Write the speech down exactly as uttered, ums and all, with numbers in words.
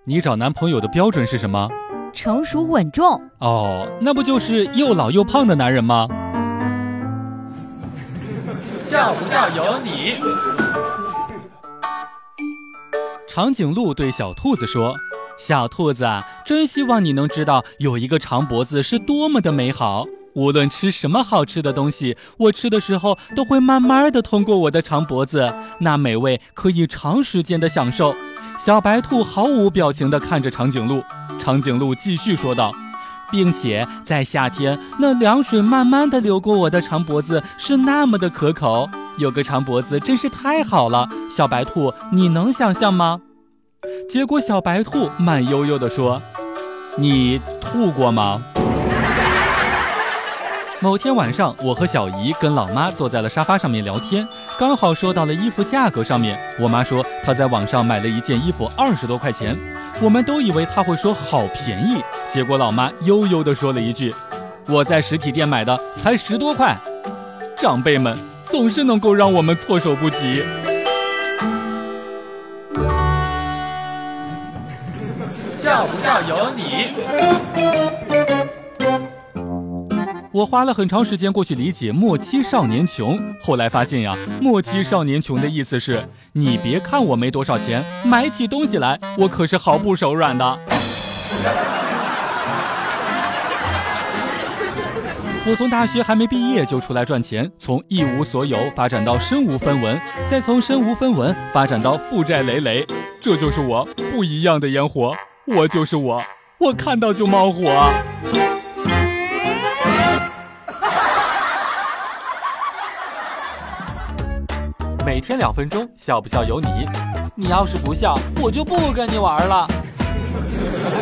你找男朋友的标准是什么？ 成熟稳重。 哦，那不就是又老又胖的男人吗？ 笑不笑由你。 长颈鹿对小兔子说，小兔子啊，真希望你能知道有一个长脖子是多么的美好。无论吃什么好吃的东西，我吃的时候都会慢慢的通过我的长脖子，那美味可以长时间的享受。小白兔毫无表情地看着长颈鹿，长颈鹿继续说道，并且在夏天，那凉水慢慢地流过我的长脖子是那么的可口，有个长脖子真是太好了。小白兔，你能想象吗？结果小白兔慢悠悠地说，你吐过吗？某天晚上，我和小姨跟老妈坐在了沙发上面聊天，刚好说到了衣服价格上面。我妈说她在网上买了一件衣服二十多块钱，我们都以为她会说好便宜，结果老妈悠悠地说了一句，我在实体店买的才十多块。长辈们总是能够让我们措手不及。 笑不笑由你。 我花了很长时间过去理解末期少年穷，后来发现呀，末期少年穷的意思是，你别看我没多少钱，买起东西来我可是毫不手软的。我从大学还没毕业就出来赚钱，从一无所有发展到身无分文，再从身无分文发展到负债累累，这就是我不一样的烟火，我就是我，我看到就冒火。每天两分钟，笑不笑由你。你要是不笑，我就不跟你玩了。